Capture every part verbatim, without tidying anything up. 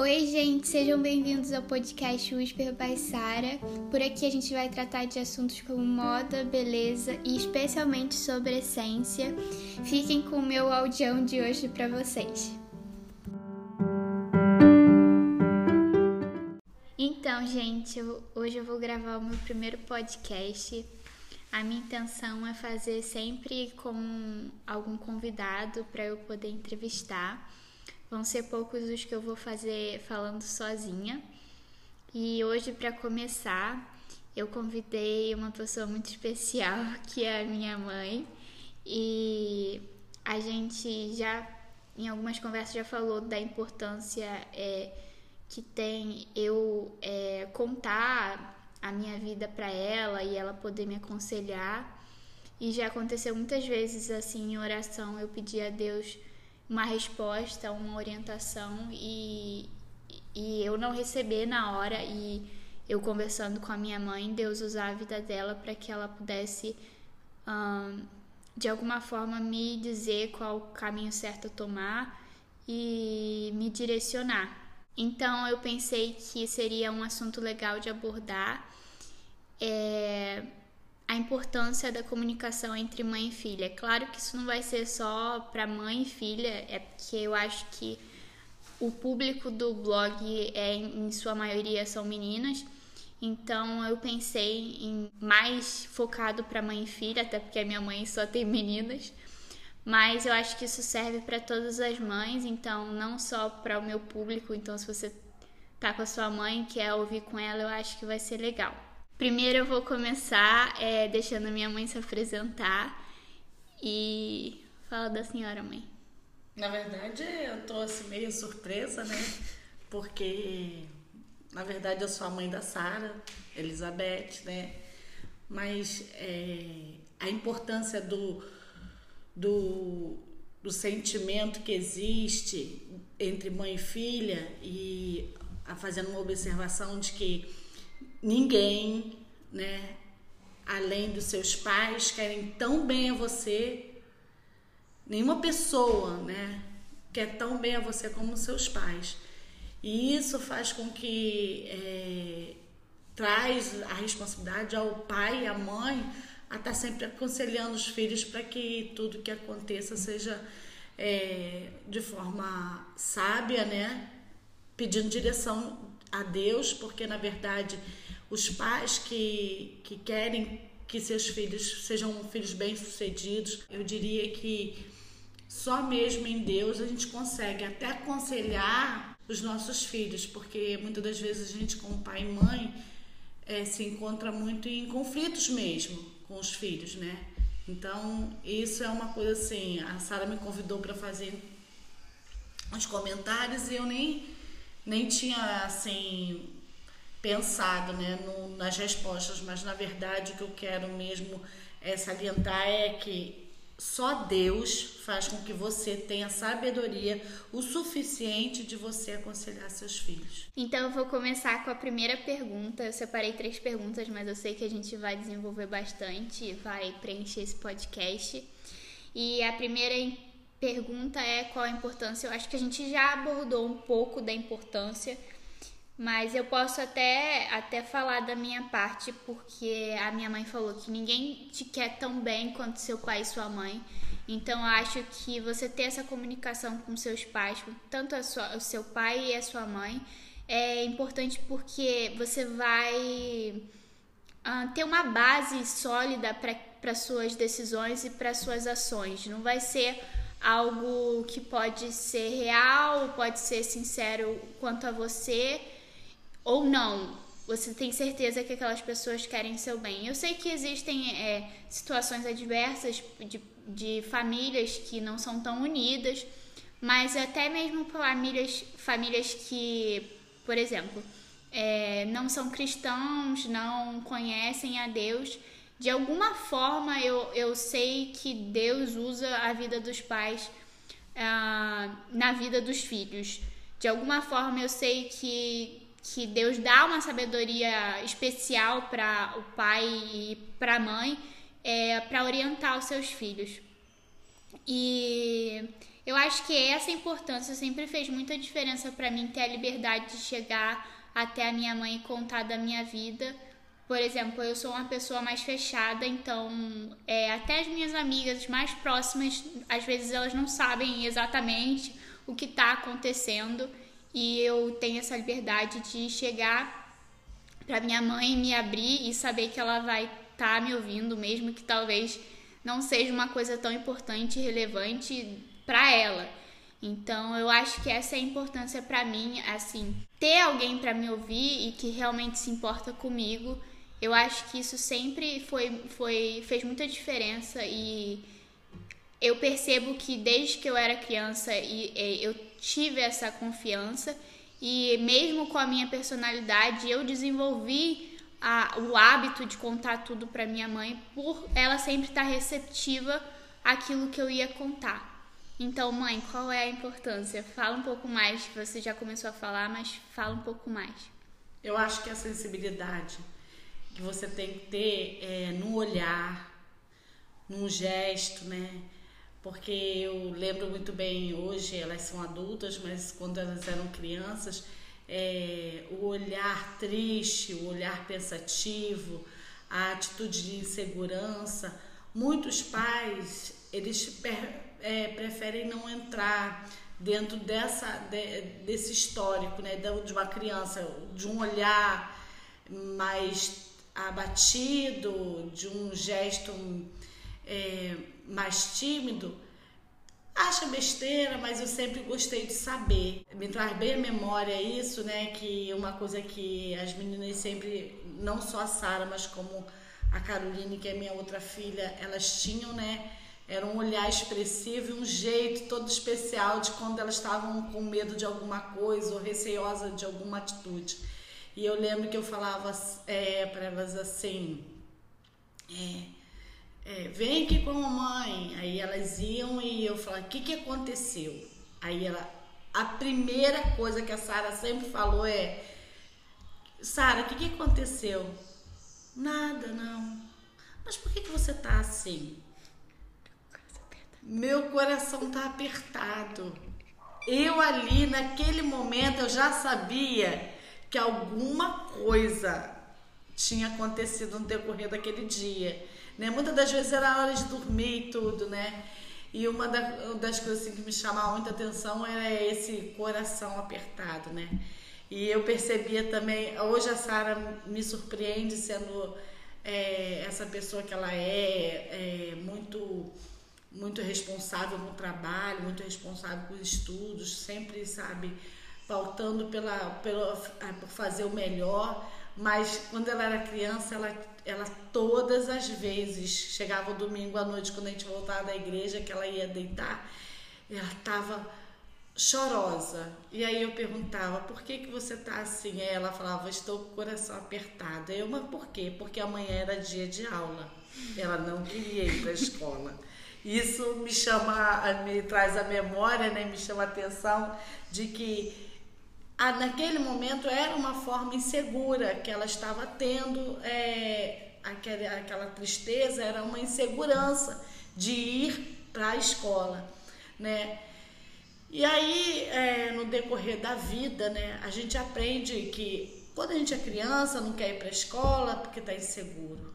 Oi, gente, sejam bem-vindos ao podcast Whisper by Sara. Por aqui a gente vai tratar de assuntos como moda, beleza e especialmente sobre essência. Fiquem com o meu audião de hoje para vocês. Então, gente, eu, hoje eu vou gravar o meu primeiro podcast. A minha intenção é fazer sempre com algum convidado para eu poder entrevistar. Vão ser poucos os que eu vou fazer falando sozinha. E hoje, para começar, eu convidei uma pessoa muito especial, que é a minha mãe. E a gente já, em algumas conversas, já falou da importância é, que tem eu é, contar a minha vida para ela e ela poder me aconselhar. E já aconteceu muitas vezes, assim, em oração, eu pedi a Deus uma resposta, uma orientação e, e eu não receber na hora, e eu conversando com a minha mãe, Deus usar a vida dela para que ela pudesse hum, de alguma forma me dizer qual o caminho certo a tomar e me direcionar. Então eu pensei que seria um assunto legal de abordar é, a importância da comunicação entre mãe e filha. Claro que isso não vai ser só para mãe e filha, é porque eu acho que o público do blog é, em sua maioria são meninas, então eu pensei em mais focado para mãe e filha, até porque a minha mãe só tem meninas, mas eu acho que isso serve para todas as mães, então não só para o meu público. Então se você tá com a sua mãe e quer ouvir com ela, eu acho que vai ser legal. Primeiro eu vou começar é, deixando a minha mãe se apresentar e fala da senhora, mãe. Na verdade, eu tô assim meio surpresa, né? Porque, na verdade, eu sou a mãe da Sara, Elizabeth, né? Mas é, a importância do, do, do sentimento que existe entre mãe e filha, e a, fazendo uma observação de que ninguém, né, além dos seus pais, querem tão bem a você. Nenhuma pessoa, né, quer tão bem a você como os seus pais. E isso faz com que é, traz a responsabilidade ao pai e à mãe a estar sempre aconselhando os filhos para que tudo que aconteça seja é, de forma sábia, né, pedindo direção a Deus, porque na verdade os pais que, que querem que seus filhos sejam filhos bem-sucedidos, eu diria que só mesmo em Deus a gente consegue até aconselhar os nossos filhos, porque muitas das vezes a gente, como pai e mãe, é, se encontra muito em conflitos mesmo com os filhos, né? Então isso é uma coisa assim, a Sara me convidou para fazer uns comentários e eu nem, nem tinha assim pensado, né, no, nas respostas, mas na verdade o que eu quero mesmo é salientar é que só Deus faz com que você tenha sabedoria o suficiente de você aconselhar seus filhos. Então eu vou começar com a primeira pergunta. Eu separei três perguntas, mas eu sei que a gente vai desenvolver bastante e vai preencher esse podcast. E a primeira pergunta é qual a importância. Eu acho que a gente já abordou um pouco da importância, mas eu posso até, até falar da minha parte, porque a minha mãe falou que ninguém te quer tão bem quanto seu pai e sua mãe. Então eu acho que você ter essa comunicação com seus pais, tanto a sua, o seu pai e a sua mãe, é importante, porque você vai uh, ter uma base sólida para suas decisões e para suas ações. Não vai ser algo que pode ser real, pode ser sincero quanto a você, ou não, você tem certeza que aquelas pessoas querem seu bem. Eu sei que existem é, situações adversas de, de famílias que não são tão unidas, mas até mesmo famílias, famílias que, por exemplo, é, não são cristãos, não conhecem a Deus, de alguma forma eu, eu sei que Deus usa a vida dos pais ah, na vida dos filhos. De alguma forma eu sei que que Deus dá uma sabedoria especial para o pai e para a mãe, é, para orientar os seus filhos. E Eu acho que essa importância sempre fez muita diferença para mim, ter a liberdade de chegar até a minha mãe e contar da minha vida. Por exemplo, eu sou uma pessoa mais fechada, então é, até as minhas amigas mais próximas, às vezes elas não sabem exatamente o que está acontecendo, e eu tenho essa liberdade de chegar para minha mãe e me abrir e saber que ela vai estar tá me ouvindo, mesmo que talvez não seja uma coisa tão importante e relevante para ela. Então eu acho que essa é a importância para mim, assim, ter alguém para me ouvir e que realmente se importa comigo. Eu acho que isso sempre foi, foi, fez muita diferença, e eu percebo que desde que eu era criança e, e, eu tive essa confiança, e mesmo com a minha personalidade eu desenvolvi a, o hábito de contar tudo para minha mãe, por ela sempre estar receptiva àquilo que eu ia contar. Então, mãe, qual é a importância? Fala um pouco mais, você já começou a falar, mas fala um pouco mais. Eu acho que a sensibilidade que você tem que ter é, no olhar, num gesto, né? Porque eu lembro muito bem, hoje elas são adultas, mas quando elas eram crianças, é, o olhar triste, o olhar pensativo, a atitude de insegurança, muitos pais, eles é, preferem não entrar dentro dessa, de, desse histórico, né? De uma criança, de um olhar mais abatido, de um gesto é, mais tímido. Acha besteira, mas eu sempre gostei de saber. Me traz bem a memória isso, né? Que uma coisa que as meninas sempre, não só a Sara, mas como a Caroline, que é minha outra filha, elas tinham, né? Era um olhar expressivo e um jeito todo especial de quando elas estavam com medo de alguma coisa ou receosa de alguma atitude. E eu lembro que eu falava é, para elas assim, é, é, vem aqui com a mamãe. Aí elas iam e eu falava, o que, que aconteceu? Aí ela, a primeira coisa que a Sara sempre falou é, Sara, o que, que aconteceu? Nada, não. Mas por que, que você tá assim? Meu coração tá apertado. Eu ali, naquele momento, eu já sabia que alguma coisa tinha acontecido no decorrer daquele dia, né? Muitas das vezes era hora de dormir e tudo, né? E uma das coisas assim, que me chamava muita atenção era esse coração apertado, né? E eu percebia também, hoje a Sara me surpreende sendo é, essa pessoa que ela é, é muito, muito responsável no trabalho, muito responsável com os estudos, sempre, sabe, pautando pela, pela, por fazer o melhor. Mas quando ela era criança, ela, ela todas as vezes, chegava o domingo à noite, quando a gente voltava da igreja, que ela ia deitar, ela estava chorosa. E aí eu perguntava, por que que você tá assim? Aí ela falava, estou com o coração apertado. Aí eu, mas por quê? Porque amanhã era dia de aula. Ela não queria ir para a escola. Isso me chama, me traz a memória, né? Me chama a atenção de que ah, naquele momento era uma forma insegura que ela estava tendo, é, aquela, aquela tristeza, era uma insegurança de ir para a escola, né? E aí, é, no decorrer da vida, né, a gente aprende que quando a gente é criança, não quer ir para a escola porque está inseguro.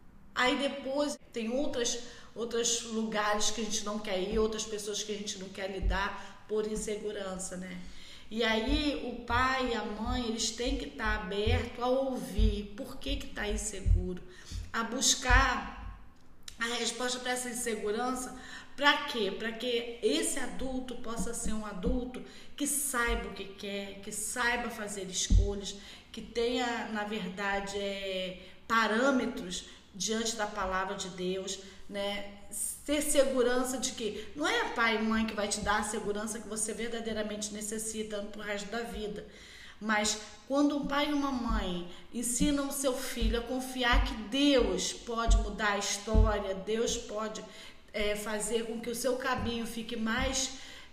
Aí depois tem outras, outros lugares que a gente não quer ir, outras pessoas que a gente não quer lidar por insegurança, né? E aí o pai e a mãe, eles têm que estar abertos a ouvir por que que está inseguro, a buscar a resposta para essa insegurança. Para quê? Para que esse adulto possa ser um adulto que saiba o que quer, que saiba fazer escolhas, que tenha, na verdade, é, parâmetros diante da palavra de Deus, né? Ter segurança de que não é pai e mãe que vai te dar a segurança que você verdadeiramente necessita pro resto da vida. Mas quando um pai e uma mãe ensinam o seu filho a confiar que Deus pode mudar a história, Deus pode é, fazer com que o seu caminho fique mais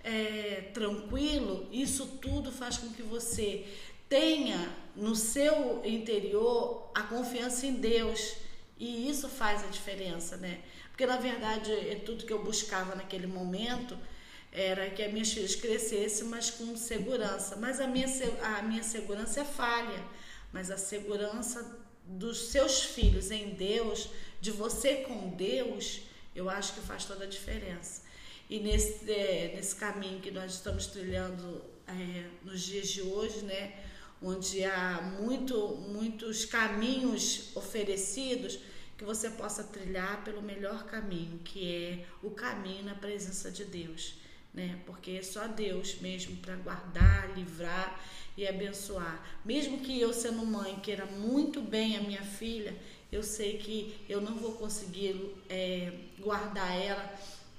é, tranquilo, isso tudo faz com que você tenha no seu interior a confiança em Deus. E isso faz a diferença, né? Porque, na verdade, é tudo que eu buscava naquele momento era que as minhas filhas crescessem, mas com segurança. Mas a minha, a minha segurança é falha, mas a segurança dos seus filhos em Deus, de você com Deus, eu acho que faz toda a diferença. E nesse, é, nesse caminho que nós estamos trilhando é, nos dias de hoje, né, onde há muito, muitos caminhos oferecidos, que você possa trilhar pelo melhor caminho, que é o caminho na presença de Deus, né? Porque é só Deus mesmo para guardar, livrar e abençoar. Mesmo que eu, sendo mãe, queira muito bem a minha filha, eu sei que eu não vou conseguir é, guardar ela,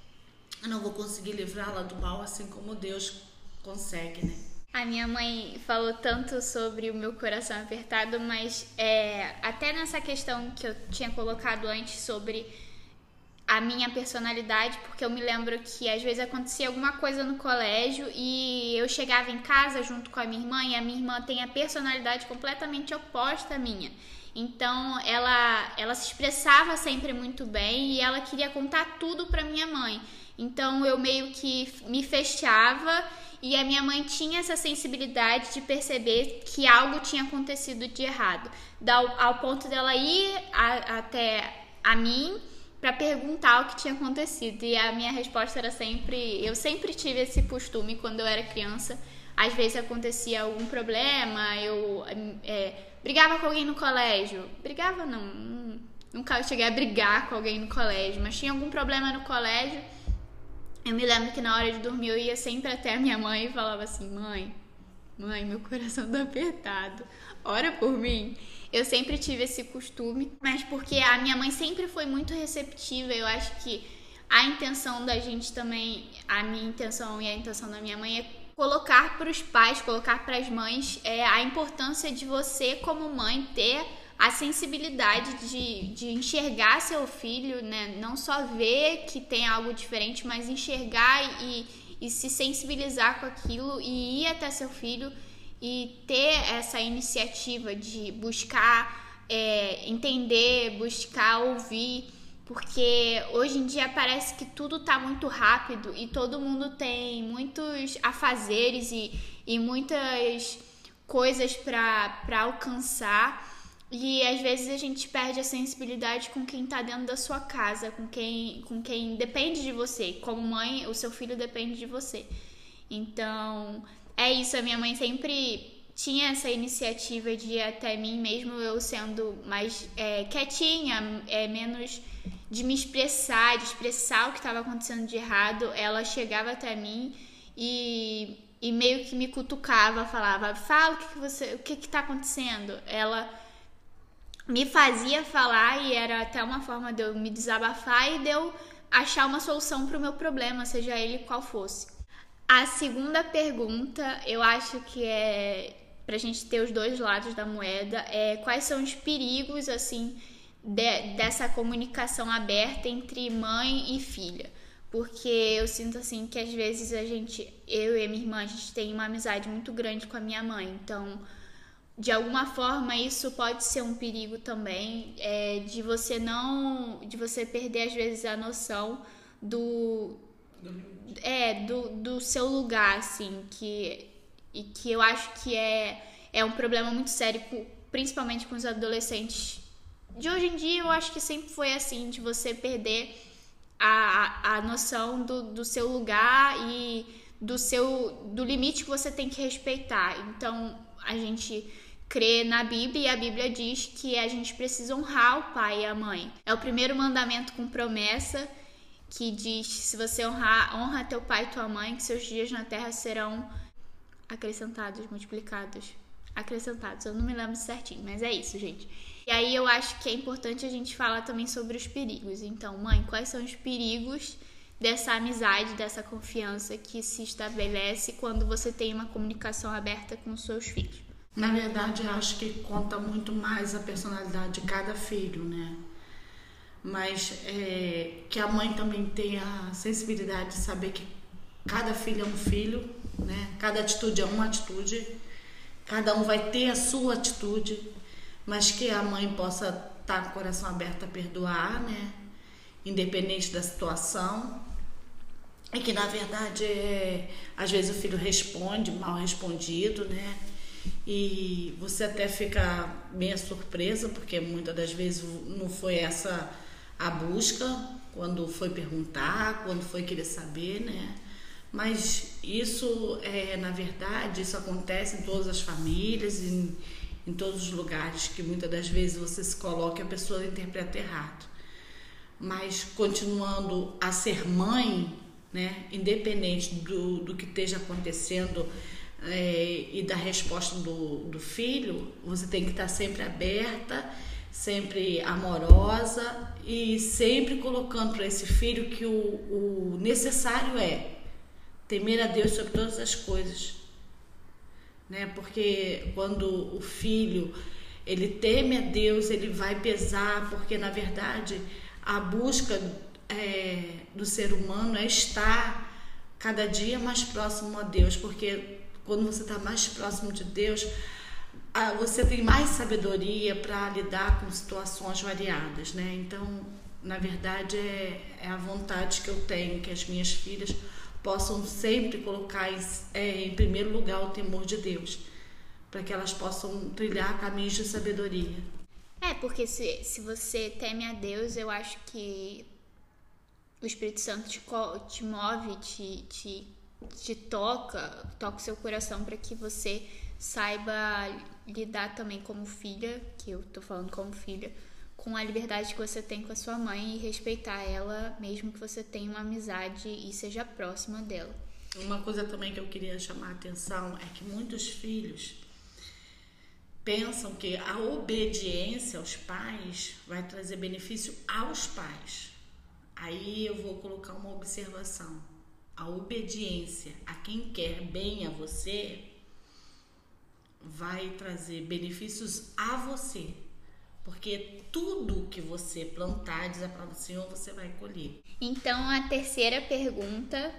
eu não vou conseguir livrá-la do mal, assim como Deus consegue, né? A minha mãe falou tanto sobre o meu coração apertado, mas é, até nessa questão que eu tinha colocado antes sobre a minha personalidade, porque eu me lembro que às vezes acontecia alguma coisa no colégio e eu chegava em casa junto com a minha irmã, e a minha irmã tem a personalidade completamente oposta à minha. Então ela, ela se expressava sempre muito bem e ela queria contar tudo para minha mãe. Então eu meio que me fechava. E a minha mãe tinha essa sensibilidade de perceber que algo tinha acontecido de errado, ao, ao ponto dela ir a, até a mim para perguntar o que tinha acontecido. E a minha resposta era sempre... Eu sempre tive esse costume quando eu era criança. Às vezes acontecia algum problema, eu é, brigava com alguém no colégio. Brigava não, nunca cheguei a brigar com alguém no colégio, mas tinha algum problema no colégio. Eu me lembro que na hora de dormir eu ia sempre até a minha mãe e falava assim: Mãe, mãe, meu coração tá apertado, ora por mim. Eu sempre tive esse costume, mas porque a minha mãe sempre foi muito receptiva. Eu acho que a intenção da gente também, a minha intenção e a intenção da minha mãe é colocar para os pais, colocar para as mães é, a importância de você como mãe ter a sensibilidade de, de enxergar seu filho, né? Não só ver que tem algo diferente, mas enxergar e, e se sensibilizar com aquilo e ir até seu filho e ter essa iniciativa de buscar é, entender, buscar ouvir, porque hoje em dia parece que tudo tá muito rápido e todo mundo tem muitos afazeres e, e muitas coisas para alcançar. E às vezes a gente perde a sensibilidade com quem tá dentro da sua casa, com quem, com quem depende de você. Como mãe, o seu filho depende de você. Então, é isso. A minha mãe sempre tinha essa iniciativa de ir até mim, mesmo eu sendo mais é, quietinha, é, menos de me expressar, de expressar o que estava acontecendo de errado. Ela chegava até mim e, e meio que me cutucava, falava: fala o que, que você, o que que tá acontecendo. Ela me fazia falar e era até uma forma de eu me desabafar e de eu achar uma solução para o meu problema, seja ele qual fosse. A segunda pergunta, eu acho que é pra gente ter os dois lados da moeda, é quais são os perigos, assim, de, dessa comunicação aberta entre mãe e filha. Porque eu sinto, assim, que às vezes a gente, eu e a minha irmã, a gente tem uma amizade muito grande com a minha mãe, então de alguma forma isso pode ser um perigo também, é, de você não, de você perder às vezes a noção do, é, do, do seu lugar, assim, que, e que eu acho que é, é um problema muito sério, principalmente com os adolescentes de hoje em dia. Eu acho que sempre foi assim, de você perder a, a noção do, do seu lugar e do, seu, do limite que você tem que respeitar. Então a gente crê na Bíblia e a Bíblia diz que a gente precisa honrar o pai e a mãe. É o primeiro mandamento com promessa, que diz: se você honrar, honra teu pai e tua mãe, que seus dias na terra serão acrescentados, multiplicados, acrescentados. Eu não me lembro certinho, mas é isso, gente. E aí eu acho que é importante a gente falar também sobre os perigos. Então, mãe, quais são os perigos dessa amizade, dessa confiança que se estabelece quando você tem uma comunicação aberta com os seus filhos? Na verdade, eu acho que conta muito mais a personalidade de cada filho, né? Mas é, que a mãe também tenha a sensibilidade de saber que cada filho é um filho, né? Cada atitude é uma atitude, cada um vai ter a sua atitude, mas que a mãe possa estar com o coração aberto a perdoar, né? Independente da situação. é que, na verdade, é, às vezes o filho responde mal respondido, né? E você até fica meio surpresa, porque muitas das vezes não foi essa a busca, quando foi perguntar, quando foi querer saber, né? Mas isso, é, na verdade, isso acontece em todas as famílias, em, em todos os lugares, que muitas das vezes você se coloca e a pessoa interpreta errado. Mas continuando a ser mãe, né, independente do, do que esteja acontecendo é, e da resposta do, do filho, você tem que estar sempre aberta, sempre amorosa e sempre colocando para esse filho que o, o necessário é temer a Deus sobre todas as coisas, né? Porque quando o filho ele teme a Deus, ele vai pesar, porque na verdade a busca é, do ser humano é estar cada dia mais próximo a Deus, porque quando você está mais próximo de Deus, você tem mais sabedoria para lidar com situações variadas, né? Então, na verdade, é, é a vontade que eu tenho, que as minhas filhas possam sempre colocar em, é, em primeiro lugar o temor de Deus, para que elas possam trilhar caminhos de sabedoria. É, porque se, se você teme a Deus, eu acho que o Espírito Santo te, te move, te, te, te toca, toca o seu coração para que você saiba lidar também como filha, que eu tô falando como filha, com a liberdade que você tem com a sua mãe e respeitar ela, mesmo que você tenha uma amizade e seja próxima dela. Uma coisa também que eu queria chamar a atenção é que muitos filhos pensam que a obediência aos pais vai trazer benefício aos pais. Aí eu vou colocar uma observação. A obediência a quem quer bem a você vai trazer benefícios a você, porque tudo que você plantar, diz a palavra do Senhor, você vai colher. Então a terceira pergunta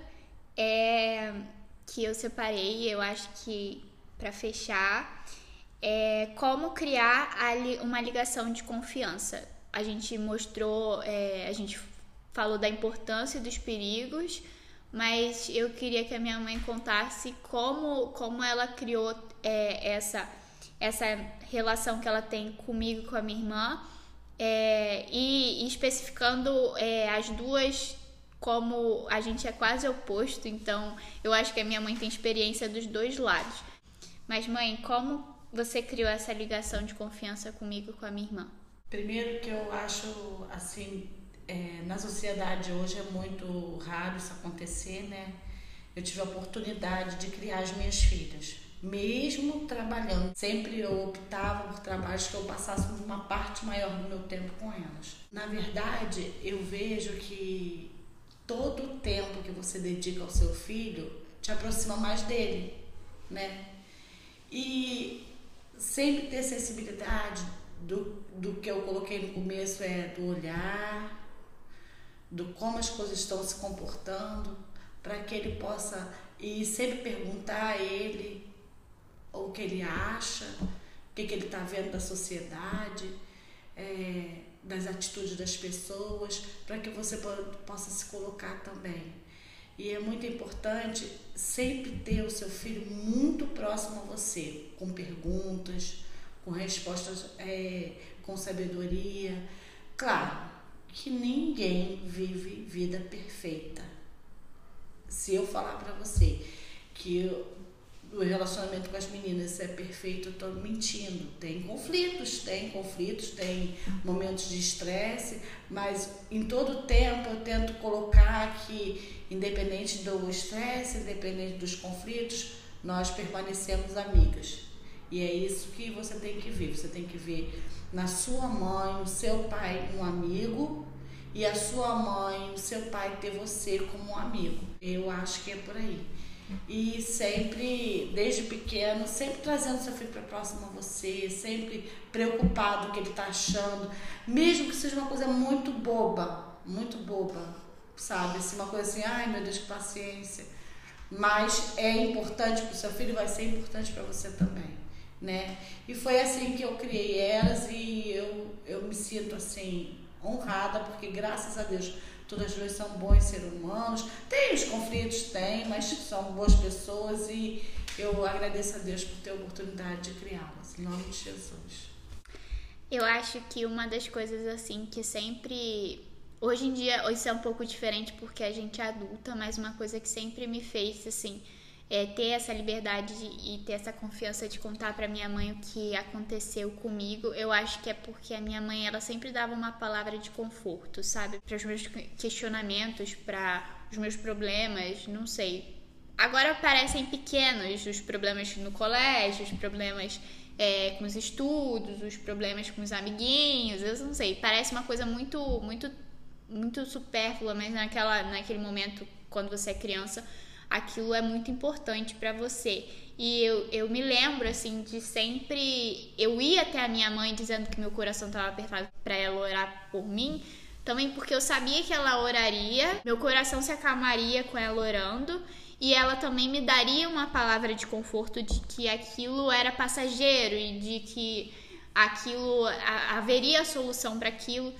é que eu separei, eu acho que para fechar, é como criar uma ligação de confiança. A gente mostrou, é, a gente falou da importância dos perigos, mas eu queria que a minha mãe contasse como, como ela criou é, essa, essa relação que ela tem comigo e com a minha irmã, é, e, e especificando é, as duas, como a gente é quase oposto, então eu acho que a minha mãe tem experiência dos dois lados. Mas mãe, como você criou essa ligação de confiança comigo e com a minha irmã? Primeiro que eu acho assim, É, na sociedade hoje é muito raro isso acontecer, né? Eu tive a oportunidade de criar as minhas filhas, mesmo trabalhando. Sempre eu optava por trabalhos que eu passasse uma parte maior do meu tempo com elas. Na verdade, eu vejo que todo o tempo que você dedica ao seu filho te aproxima mais dele, né? E sempre ter sensibilidade do, do que eu coloquei no começo, é do olhar, do como as coisas estão se comportando, para que ele possa ir sempre perguntar a ele o que ele acha, o que, que ele está vendo da sociedade, é, das atitudes das pessoas, para que você possa se colocar também. E é muito importante sempre ter o seu filho muito próximo a você, com perguntas, com respostas é, com sabedoria. Claro que ninguém vive vida perfeita. Se eu falar para você que o relacionamento com as meninas é perfeito, eu estou mentindo. Tem conflitos, tem conflitos, tem momentos de estresse, mas em todo tempo eu tento colocar que, independente do estresse, independente dos conflitos, nós permanecemos amigas. E é isso que você tem que ver. Você tem que ver na sua mãe, no seu pai, um amigo, e a sua mãe, o seu pai ter você como um amigo. Eu acho que é por aí. E sempre, desde pequeno, sempre trazendo seu filho para próximo a você, sempre preocupado com o que ele está achando, mesmo que seja uma coisa muito boba, muito boba, sabe? Assim, uma coisa assim, ai meu Deus, que paciência. Mas é importante para o seu filho, vai ser importante para você também, né? E foi assim que eu criei elas, e eu, eu me sinto assim honrada, porque graças a Deus Todas duas são bons seres humanos. Tem os conflitos, tem, mas são boas pessoas e eu agradeço a Deus por ter a oportunidade de criá-las. Em nome de Jesus. Eu acho que uma das coisas assim que sempre... Hoje em dia, isso é um pouco diferente porque a gente é adulta, mas uma coisa que sempre me fez, assim, é ter essa liberdade de, e ter essa confiança de contar pra minha mãe o que aconteceu comigo. Eu acho que é porque a minha mãe, ela sempre dava uma palavra de conforto, sabe? Para os meus questionamentos, para os meus problemas, não sei. Agora parecem pequenos os problemas no colégio, os problemas... É, com os estudos, os problemas com os amiguinhos, eu não sei, parece uma coisa muito, muito, muito supérflua, mas naquela, naquele momento, quando você é criança, aquilo é muito importante pra você. E eu, eu me lembro, assim, de sempre... Eu ia até a minha mãe dizendo que meu coração estava apertado pra ela orar por mim, também porque eu sabia que ela oraria, meu coração se acalmaria com ela orando, e ela também me daria uma palavra de conforto de que aquilo era passageiro e de que aquilo a, haveria solução para aquilo.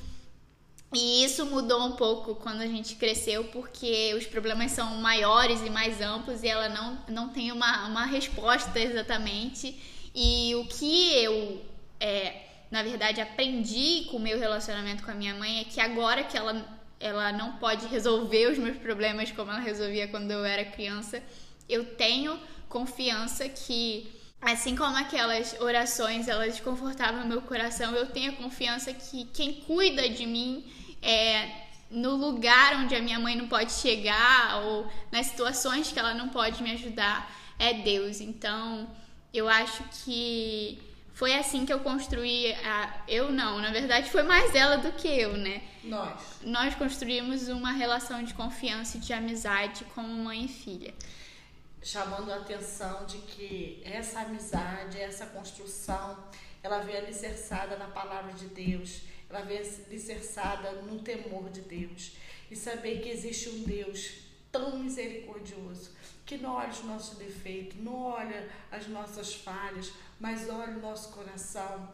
E isso mudou um pouco quando a gente cresceu, porque os problemas são maiores e mais amplos e ela não, não tem uma, uma resposta exatamente. E o que eu, é, na verdade, aprendi com o meu relacionamento com a minha mãe é que agora que ela... ela não pode resolver os meus problemas como ela resolvia quando eu era criança, eu tenho confiança que, assim como aquelas orações, elas confortavam meu coração, eu tenho confiança que quem cuida de mim é, no lugar onde a minha mãe não pode chegar ou nas situações que ela não pode me ajudar, é Deus. Então, eu acho que foi assim que eu construí a... Eu não, na verdade foi mais ela do que eu, né? Nós. Nós construímos uma relação de confiança e de amizade como mãe e filha. Chamando a atenção de que essa amizade, essa construção, ela vem alicerçada na palavra de Deus, ela vem alicerçada no temor de Deus. E saber que existe um Deus tão misericordioso, que não olha os nossos defeitos, não olha as nossas falhas, mas olha o nosso coração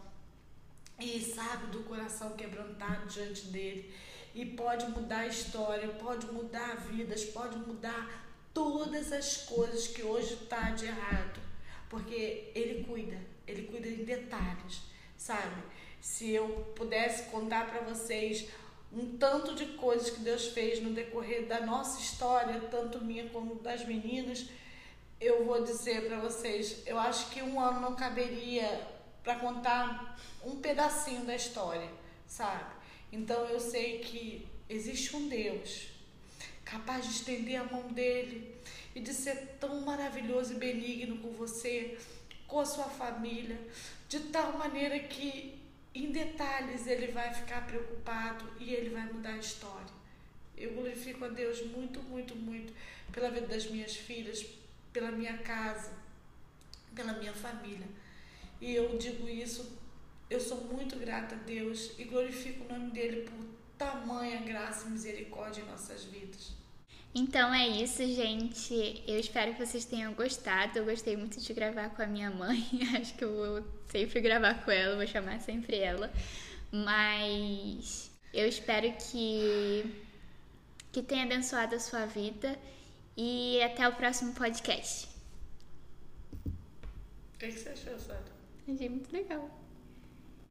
e sabe do coração quebrantado diante dele e pode mudar a história, pode mudar vidas, pode mudar todas as coisas que hoje está de errado, porque ele cuida, ele cuida em detalhes, sabe? Se eu pudesse contar para vocês um tanto de coisas que Deus fez no decorrer da nossa história, tanto minha como das meninas, eu vou dizer para vocês, eu acho que um ano não caberia para contar um pedacinho da história, sabe? Então eu sei que existe um Deus capaz de estender a mão dele e de ser tão maravilhoso e benigno com você, com a sua família, de tal maneira que em detalhes ele vai ficar preocupado e ele vai mudar a história. Eu glorifico a Deus muito, muito, muito pela vida das minhas filhas, pela minha casa, pela minha família. E eu digo isso, eu sou muito grata a Deus e glorifico o nome dele por tamanha graça e misericórdia em nossas vidas. Então é isso, gente. Eu espero que vocês tenham gostado. Eu gostei muito de gravar com a minha mãe. Acho que eu vou sempre gravar com ela, vou chamar sempre ela. Mas eu espero que, que tenha abençoado a sua vida. E até o próximo podcast. O que você achou, Sara? Achei muito legal.